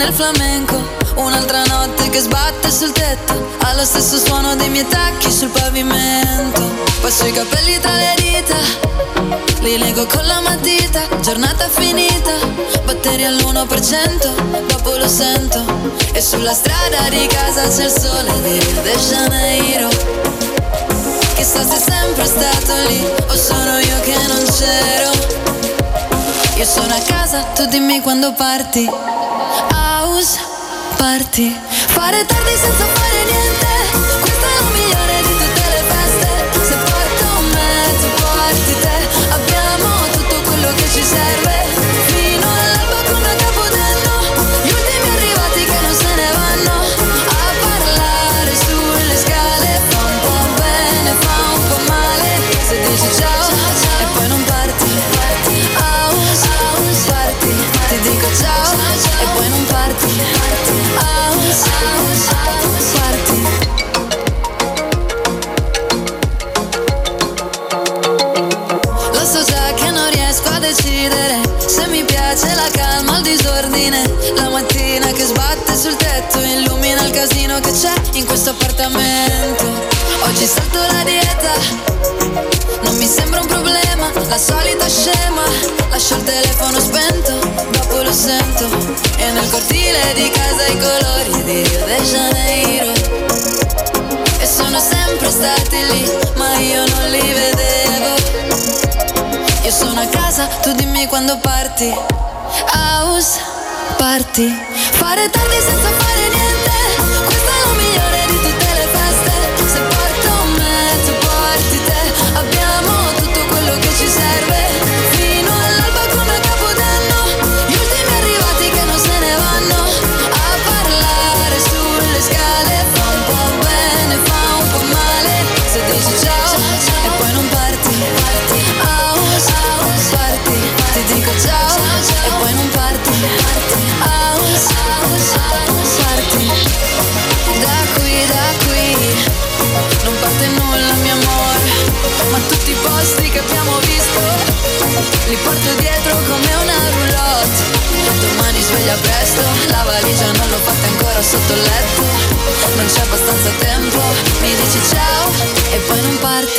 nel flamenco. Un'altra notte che sbatte sul tetto, allo stesso suono dei miei tacchi sul pavimento. Passo i capelli tra le dita, li leggo con la matita. Giornata finita, batteri all'1%, dopo lo sento. E sulla strada di casa c'è il sole di Rio de Janeiro. Chissà se è sempre stato lì o sono io che non c'ero. Io sono a casa, tu dimmi quando parti. House party. Fare tardi senza fare niente, questa è la migliore di tutte le feste. Se porto me, tu porti te. Abbiamo tutto quello che ci serve, fino all'alba come a Capodanno. Gli ultimi arrivati che non se ne vanno a parlare sulle scale. Fa un po' bene, fa un po' male se dici ciao e poi non parti. House party, ti dico ciao e poi non parti. House party. Lo so già che non riesco a decidere se mi piace la calma o il disordine. La mattina che sbatte sul tetto illumina il casino che c'è in questo appartamento. Oggi salto la dieta, non mi sembra un problema, la solita scema. Lascio il telefono spento, dopo lo sento. E nel cortile di casa i colori di Rio de Janeiro. E sono sempre stati lì, ma io non li vedevo. Io sono a casa, tu dimmi quando parti. House party. Fare tardi senza fare niente, questa è la migliore di tutte le feste. Se porto me, tu porti te. Abbiamo tutto quello che ci serve, fino all'alba come a Capodanno. Gli ultimi arrivati che non se ne vanno a parlare sulle scale. Fa un po' bene, fa un po' male se dici ciao e poi non parti. House party, ti dico ciao e poi non parti. House party. Da qui non parte nulla mio amore, ma tutti i posti che abbiamo visto li porto dietro come una roulotte. Domani sveglia presto, la valigia non l'ho fatta ancora sotto il letto. Non c'è abbastanza tempo, mi dici ciao e poi non parti.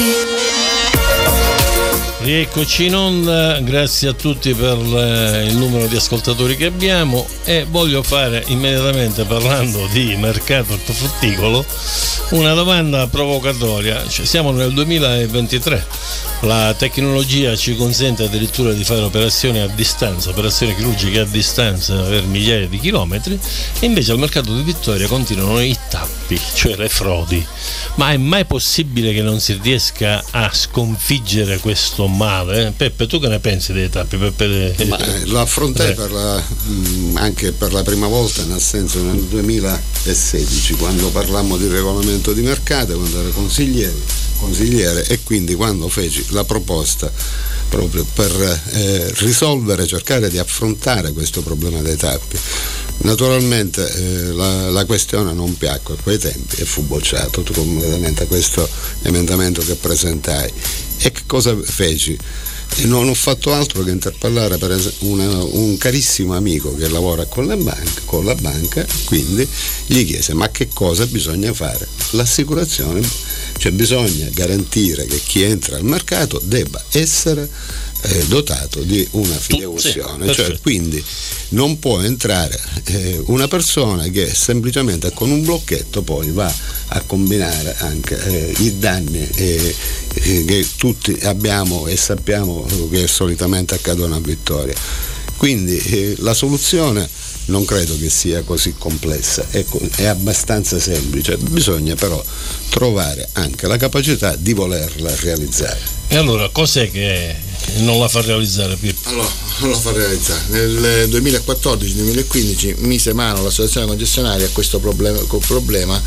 Rieccoci in onda, grazie a tutti per il numero di ascoltatori che abbiamo e voglio fare immediatamente, parlando di mercato ortofrutticolo, una domanda provocatoria. Siamo nel 2023, la tecnologia ci consente addirittura di fare operazioni a distanza, operazioni chirurgiche a distanza per migliaia di chilometri, e invece al mercato di Vittoria continuano i tappi, cioè le frodi. Ma è mai possibile che non si riesca a sconfiggere questo male? Peppe, tu che ne pensi dei tappi? Lo affrontai anche per la prima volta, nel senso nel 2016, quando parlammo di regolamento di mercato, quando ero consigliere, e quindi quando feci la proposta proprio per risolvere, cercare di affrontare questo problema dei tappi. Naturalmente la questione non piacque a quei tempi e fu bocciato completamente questo emendamento che presentai. E che cosa feci? Non ho fatto altro che interpellare per esempio un carissimo amico che lavora con la banca, quindi gli chiese: ma che cosa bisogna fare? L'assicurazione, cioè bisogna garantire che chi entra al mercato debba essere dotato di una fideiussione, cioè quindi non può entrare una persona che semplicemente con un blocchetto poi va a combinare anche i danni che tutti abbiamo e sappiamo che solitamente accadono a Vittoria. Quindi la soluzione non credo che sia così complessa, è abbastanza semplice, bisogna però trovare anche la capacità di volerla realizzare. E allora cos'è che non la fa realizzare, Pippo? Allora, non la fa realizzare. Nel 2014-2015 mise mano l'associazione concessionaria a questo problema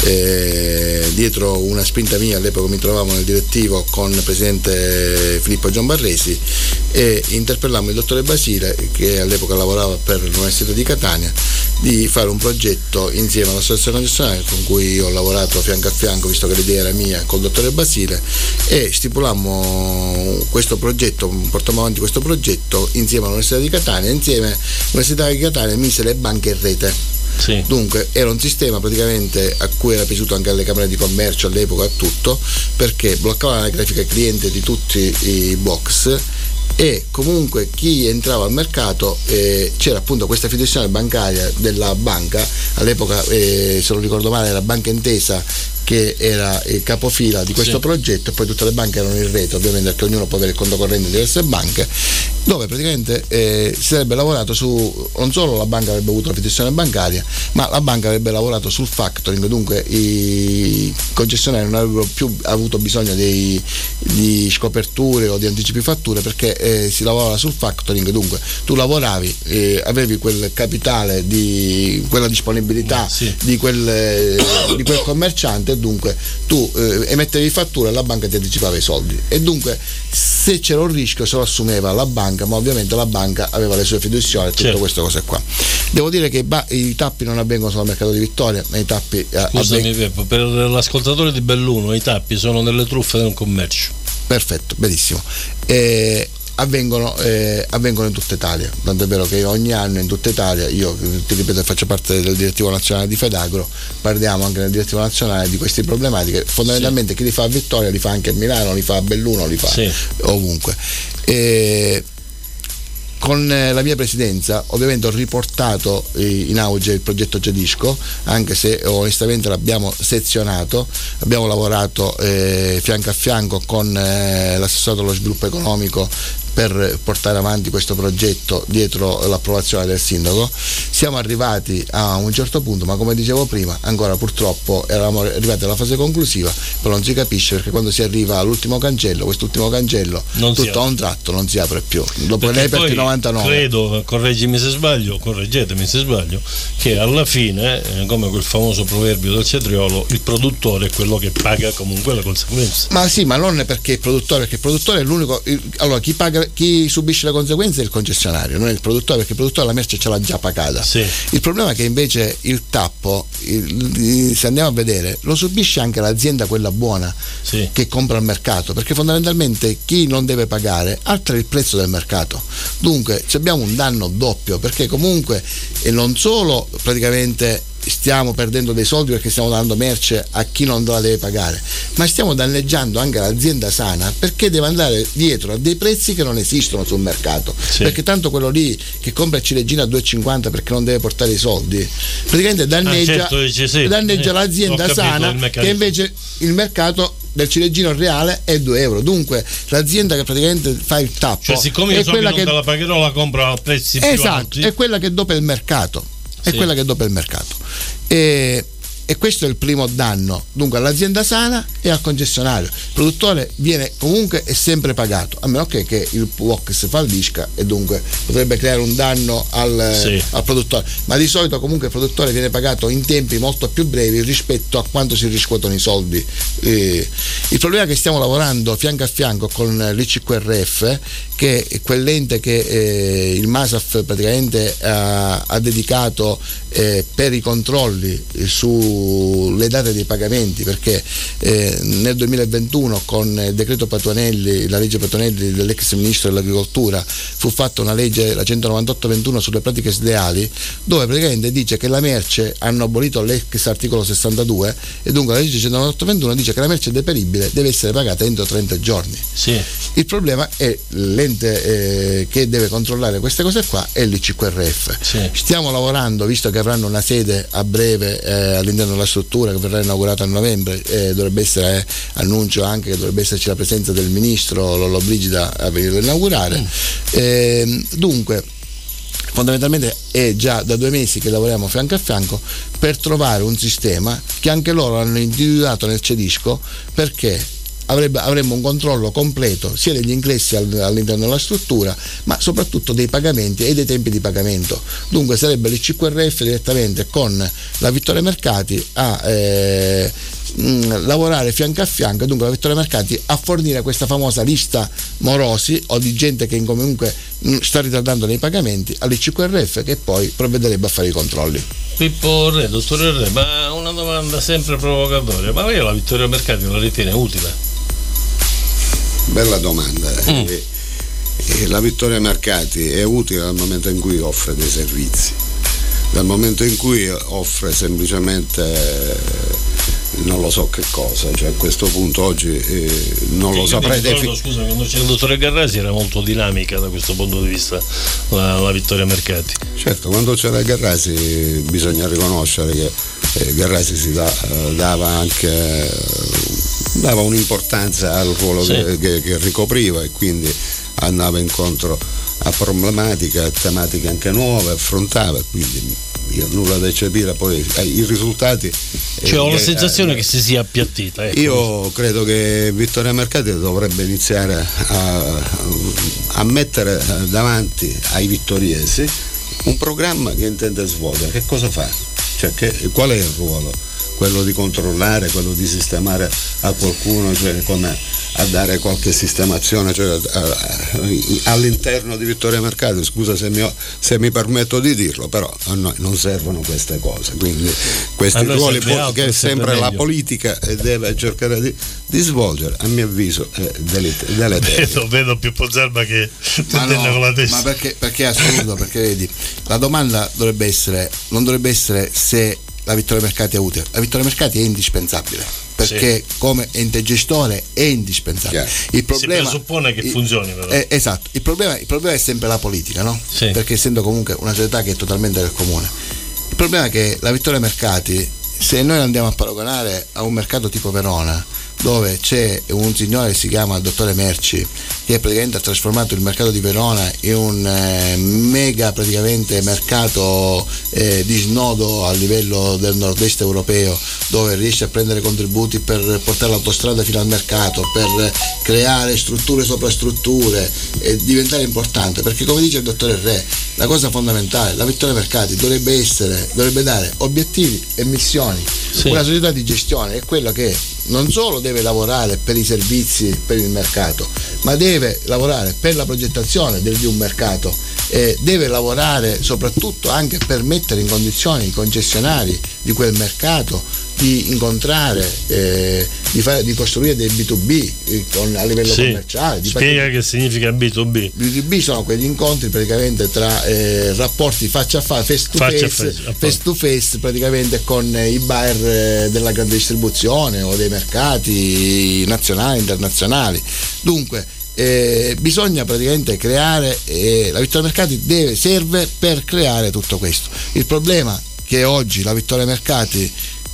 dietro una spinta mia. All'epoca mi trovavo nel direttivo con il presidente Filippo Giambarresi e interpellammo il dottore Basile, che all'epoca lavorava per l'Università di Catania, di fare un progetto insieme all'associazione concessionaria con cui ho lavorato fianco a fianco, visto che l'idea era mia, col dottore Basile, e stipulammo questo progetto, portammo avanti questo progetto insieme all'Università di Catania. Insieme all'Università di Catania mise le banche in rete. Sì. Dunque era un sistema praticamente a cui era piaciuto anche alle camere di commercio all'epoca, a tutto, perché bloccava la grafica cliente di tutti i box, e comunque chi entrava al mercato c'era appunto questa fiduciaria bancaria della banca, all'epoca se non ricordo male era Banca Intesa che era il capofila di questo progetto, e poi tutte le banche erano in rete, ovviamente, perché ognuno può avere il conto corrente in diverse banche, dove praticamente si sarebbe lavorato su, non solo la banca avrebbe avuto la fiduciaria bancaria, ma la banca avrebbe lavorato sul factoring. Dunque i concessionari non avrebbero più avuto bisogno di scoperture o di anticipi fatture, perché si lavorava sul factoring. Dunque tu lavoravi, avevi quel capitale, di quella disponibilità di quel commerciante, dunque tu emettevi fattura e la banca ti anticipava i soldi, e dunque se c'era un rischio se lo assumeva la banca, ma ovviamente la banca aveva le sue fiduciarie e tutte queste cose qua. Devo dire che i tappi non avvengono solo al mercato di Vittoria, ma i tappi scusami Peppo, per l'ascoltatore di Belluno i tappi sono nelle truffe del commercio. Perfetto, benissimo. Avvengono in tutta Italia, tanto è vero che ogni anno in tutta Italia, io ti ripeto faccio parte del direttivo nazionale di Fedagro, parliamo anche nel direttivo nazionale di queste problematiche. Fondamentalmente chi li fa a Vittoria li fa anche a Milano, li fa a Belluno, li fa ovunque. Con la mia presidenza ovviamente ho riportato in auge il progetto Cedisco, anche se onestamente l'abbiamo sezionato, abbiamo lavorato fianco a fianco con l'assessorato allo sviluppo economico per portare avanti questo progetto dietro l'approvazione del sindaco. Siamo arrivati a un certo punto, ma come dicevo prima, ancora purtroppo eravamo arrivati alla fase conclusiva, però non si capisce, perché quando si arriva all'ultimo cancello, quest'ultimo cancello tutto a un tratto non si apre più, dopo le aperti 99. Credo, correggetemi se sbaglio, che alla fine, come quel famoso proverbio del cetriolo, il produttore è quello che paga comunque le conseguenze. Ma sì, ma non è perché il produttore è l'unico. Allora chi subisce le conseguenze è il concessionario, non è il produttore, perché il produttore la merce ce l'ha già pagata. Il problema è che invece il tappo, se andiamo a vedere, lo subisce anche l'azienda, quella buona, che compra al mercato, perché fondamentalmente chi non deve pagare alza il prezzo del mercato. Dunque abbiamo un danno doppio, perché comunque non solo praticamente stiamo perdendo dei soldi perché stiamo dando merce a chi non la deve pagare, ma stiamo danneggiando anche l'azienda sana, perché deve andare dietro a dei prezzi che non esistono sul mercato, perché tanto quello lì che compra il ciliegino a 2,50 perché non deve portare i soldi praticamente danneggia l'azienda sana, che invece il mercato del ciliegino reale è 2 euro. Dunque l'azienda che praticamente fa il tappo, siccome io so che non te la pagherò, la compra a prezzi più alti, è quella che dopo il mercato, e questo è il primo danno, dunque all'azienda sana e al concessionario. Il produttore viene comunque e sempre pagato, a meno che il PUOX fallisca, e dunque potrebbe creare un danno al produttore, ma di solito comunque il produttore viene pagato in tempi molto più brevi rispetto a quanto si riscuotono i soldi. Il problema è che stiamo lavorando fianco a fianco con l'ICQRF, che è quell'ente che il MASAF praticamente ha dedicato per i controlli sulle date dei pagamenti, perché nel 2021 con il decreto Patuanelli, la legge Patuanelli dell'ex ministro dell'agricoltura, fu fatta una legge, la 198-21, sulle pratiche sleali, dove praticamente dice che la merce, hanno abolito l'ex articolo 62, e dunque la legge 198-21 dice che la merce deperibile deve essere pagata entro 30 giorni. Il problema è l'ente che deve controllare queste cose qua è l'ICQRF. Stiamo lavorando, visto che avranno una sede a breve all'interno della struttura che verrà inaugurata a novembre, dovrebbe essere, annuncio anche che dovrebbe esserci la presenza del ministro Lollobrigida a venire a inaugurare. Dunque fondamentalmente è già da 2 mesi che lavoriamo fianco a fianco per trovare un sistema che anche loro hanno individuato nel Cedisco, perché avremmo un controllo completo sia degli ingressi all'interno della struttura, ma soprattutto dei pagamenti e dei tempi di pagamento. Dunque sarebbe l'ICQRF direttamente con la Vittoria Mercati a lavorare fianco a fianco, dunque la Vittoria Mercati, a fornire questa famosa lista morosi o di gente che comunque sta ritardando nei pagamenti all'ICQRF, che poi provvederebbe a fare i controlli. Pippo Re, dottore Re, ma una domanda sempre provocatoria, ma lei la Vittoria Mercati la ritiene utile? Bella domanda. La Vittoria Mercati è utile dal momento in cui offre dei servizi, dal momento in cui offre semplicemente non lo so che cosa, cioè a questo punto oggi non lo saprei definire. Scusa, quando c'era il dottore Garrasi era molto dinamica da questo punto di vista la Vittoria Mercati. Certo, quando c'era Garrasi bisogna riconoscere che Garrasi dava un'importanza al ruolo che ricopriva, e quindi andava incontro a problematiche, a tematiche anche nuove, affrontava, quindi io nulla da eccepire. Poi i risultati, ho la sensazione che si sia appiattita, ecco. Io credo che Vittoria Mercati dovrebbe iniziare a mettere davanti ai vittoriesi un programma che intende svolgere. Che cosa fa? Cioè, qual è il ruolo? Quello di controllare, quello di sistemare a qualcuno, cioè come a dare qualche sistemazione, cioè all'interno di Vittoria Mercati. Scusa se mi permetto di dirlo, però a noi non servono queste cose, quindi questi ruoli che è sempre la politica deve cercare di svolgere, a mio avviso vedo più Pozzalba che tende con la testa. Ma perché è assurdo? Perché vedi, la domanda non dovrebbe essere se la Vittoria Mercati è utile. La Vittoria Mercati è indispensabile, perché come ente gestore è indispensabile. Il problema, si presuppone che funzioni, però. Esatto, il problema è sempre la politica, no? Sì. Perché essendo comunque una società che è totalmente del comune, il problema è che la Vittoria Mercati, se noi andiamo a paragonare a un mercato tipo Verona, dove c'è un signore che si chiama il dottore Merci, che praticamente ha trasformato il mercato di Verona in un mega praticamente mercato di snodo a livello del nord-est europeo, dove riesce a prendere contributi per portare l'autostrada fino al mercato, per creare strutture sopra strutture e diventare importante, perché come dice il dottore Re, la cosa fondamentale, la Vittoria Mercati dovrebbe dare obiettivi e missioni. Una società di gestione è quella che non solo deve lavorare per i servizi, per il mercato, ma deve lavorare per la progettazione di un mercato, e deve lavorare soprattutto anche per mettere in condizioni i concessionari di quel mercato di incontrare, di costruire dei B2B a livello commerciale. Spiega che significa B2B. B2B sono quegli incontri praticamente tra rapporti faccia a faccia, face to face praticamente con i buyer della grande distribuzione o dei mercati nazionali, internazionali. Dunque bisogna praticamente creare, la Vittoria Mercati serve per creare tutto questo. Il problema che oggi la Vittoria Mercati,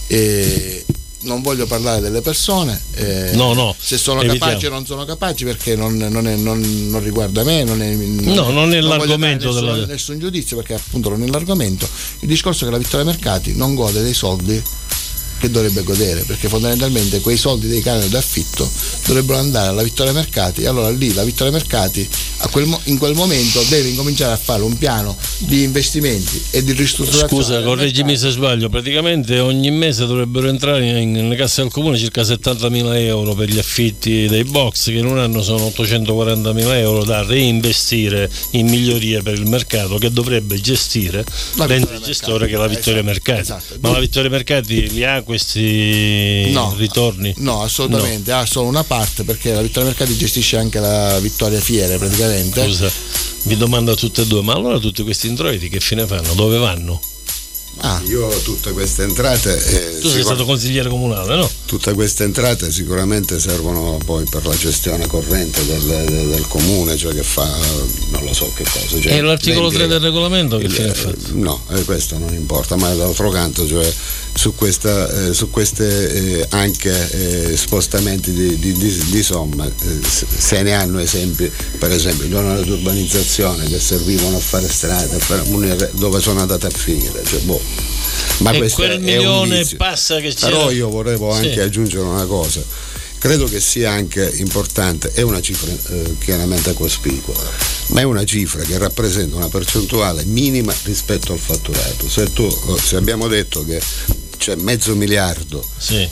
non voglio parlare delle persone, se sono capaci o non sono capaci, perché non riguarda me, non è l'argomento nessun giudizio, perché appunto non è l'argomento. Il discorso è che la Vittoria Mercati non gode dei soldi che dovrebbe godere, perché fondamentalmente quei soldi dei canoni d'affitto dovrebbero andare alla Vittoria Mercati, e allora lì la Vittoria Mercati in quel momento deve incominciare a fare un piano di investimenti e di ristrutturazione. Scusa, correggimi se sbaglio, praticamente ogni mese dovrebbero entrare nelle casse del comune circa 70.000 euro per gli affitti dei box, che in un anno sono 840.000 euro da reinvestire in migliorie per il mercato, che dovrebbe gestire l'ente gestore, che è la Vittoria Mercati. Esatto. Ma la Vittoria Mercati li ha questi ritorni? No, assolutamente, ha solo una parte, perché la Vittoria Mercati gestisce anche la Vittoria Fiere praticamente. Scusa, vi domando a tutte e due, ma allora tutti questi introiti che fine fanno? Dove vanno? Io tutte queste entrate tu sei stato consigliere comunale, no? Tutte queste entrate sicuramente servono poi per la gestione corrente del comune, cioè che fa non lo so che cosa, cioè, e l'articolo 3 del regolamento che fine fa? No, questo non importa, ma d'altro canto, cioè su queste anche spostamenti di somme se ne hanno esempi, per esempio le onere di urbanizzazione che servivano a fare strade dove sono andate a finire, cioè, ma e questo quel milione passa che c'era. Però io volevo anche aggiungere una cosa. Credo che sia anche importante, è una cifra chiaramente cospicua, ma è una cifra che rappresenta una percentuale minima rispetto al fatturato. Se abbiamo detto che cioè mezzo miliardo sì,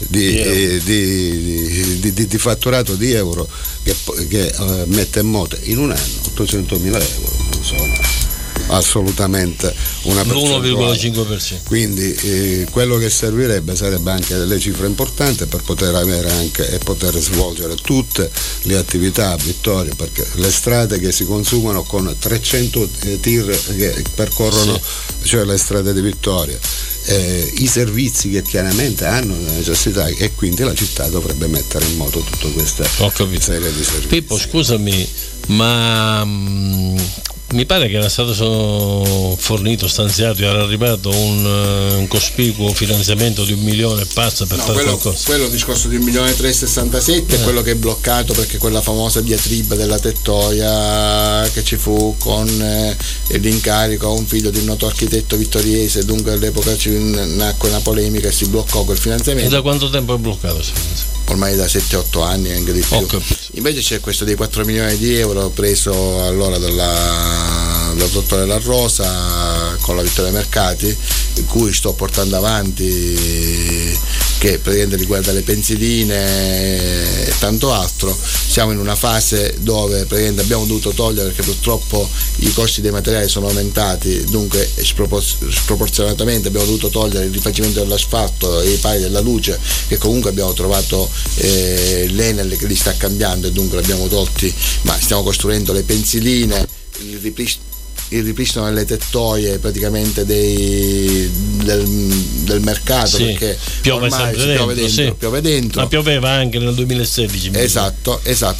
di fatturato di euro che mette in moto in un anno 800.000 euro, non so, assolutamente una percentuale. L'1,5%. Quindi quello che servirebbe sarebbe anche delle cifre importanti per poter avere anche e poter svolgere tutte le attività a Vittoria, perché le strade che si consumano con 300 tir che percorrono, sì, cioè le strade di Vittoria, i servizi che chiaramente hanno la necessità, e quindi la città dovrebbe mettere in moto tutta questa serie di servizi. Pippo, scusami, ma mi pare che era stato fornito, stanziato, era arrivato un cospicuo finanziamento di 1 milione e passa per fare qualcosa. Quello discorso di 1.367.000 è quello che è bloccato, perché quella famosa diatriba della Tettoia che ci fu con l'incarico a un figlio di un noto architetto vittoriese, dunque all'epoca ci nacque una polemica e si bloccò quel finanziamento. E da quanto tempo è bloccato? Ormai da 7-8 anni, anche di più. Invece c'è questo dei 4 milioni di euro preso allora dal dottore La Rosa con la Vittoria Mercati, in cui sto portando avanti, che praticamente riguarda le pensiline e tanto altro. Siamo in una fase dove praticamente abbiamo dovuto togliere, perché purtroppo i costi dei materiali sono aumentati, dunque sproporzionatamente abbiamo dovuto togliere il rifacimento dell'asfalto e i pali della luce, che comunque abbiamo trovato l'Enel che li sta cambiando, e dunque li abbiamo tolti, ma stiamo costruendo le pensiline, il ripristino delle tettoie praticamente del mercato, sì, perché piove ormai piove dentro. Ma pioveva anche nel 2016. Esatto.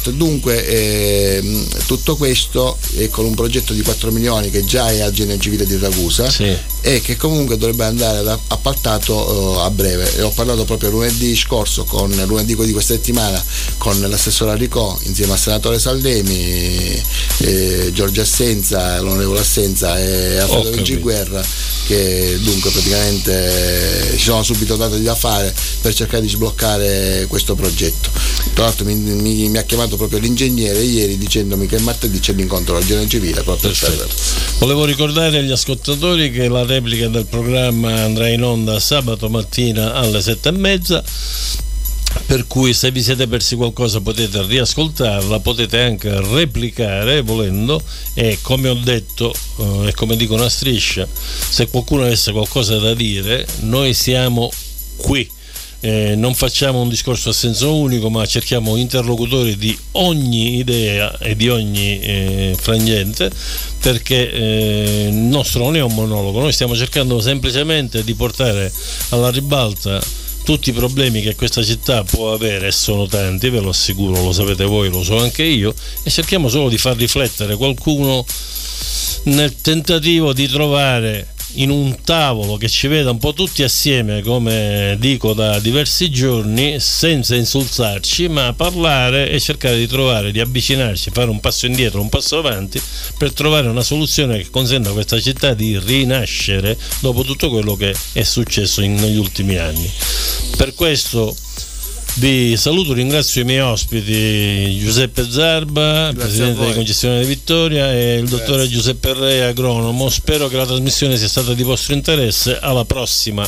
Dunque tutto questo è con un progetto di 4 milioni che già è al Genio Civile di Ragusa, sì, e che comunque dovrebbe andare appaltato a breve. E ho parlato proprio lunedì di questa settimana con l'assessore Aricò insieme al senatore Saldemi, Giorgio Assenza, l'onorevole Assenza e Alfredo Vinciguerra, che dunque praticamente ci sono subito dati da fare per cercare di sbloccare questo progetto. Tra l'altro mi ha chiamato proprio l'ingegnere ieri dicendomi che martedì c'è l'incontro al Genio Civile proprio. Perfetto. Volevo ricordare agli ascoltatori che la replica del programma andrà in onda sabato mattina alle 7:30, per cui se vi siete persi qualcosa potete riascoltarla, potete anche replicare volendo, e come ho detto e come dicono a Striscia, se qualcuno avesse qualcosa da dire noi siamo qui. Non facciamo un discorso a senso unico, ma cerchiamo interlocutori di ogni idea e di ogni frangente, perché il nostro non è un monologo, noi stiamo cercando semplicemente di portare alla ribalta tutti i problemi che questa città può avere, e sono tanti, ve lo assicuro, lo sapete voi, lo so anche io, e cerchiamo solo di far riflettere qualcuno nel tentativo di trovare in un tavolo che ci veda un po' tutti assieme, come dico da diversi giorni, senza insultarci, ma parlare e cercare di trovare, di avvicinarci, fare un passo indietro, un passo avanti, per trovare una soluzione che consenta a questa città di rinascere dopo tutto quello che è successo negli ultimi anni. Per questo vi saluto, ringrazio i miei ospiti Giuseppe Zarba, presidente di Concessione di Vittoria, e il dottore Giuseppe Re, agronomo. Spero che la trasmissione sia stata di vostro interesse. Alla prossima.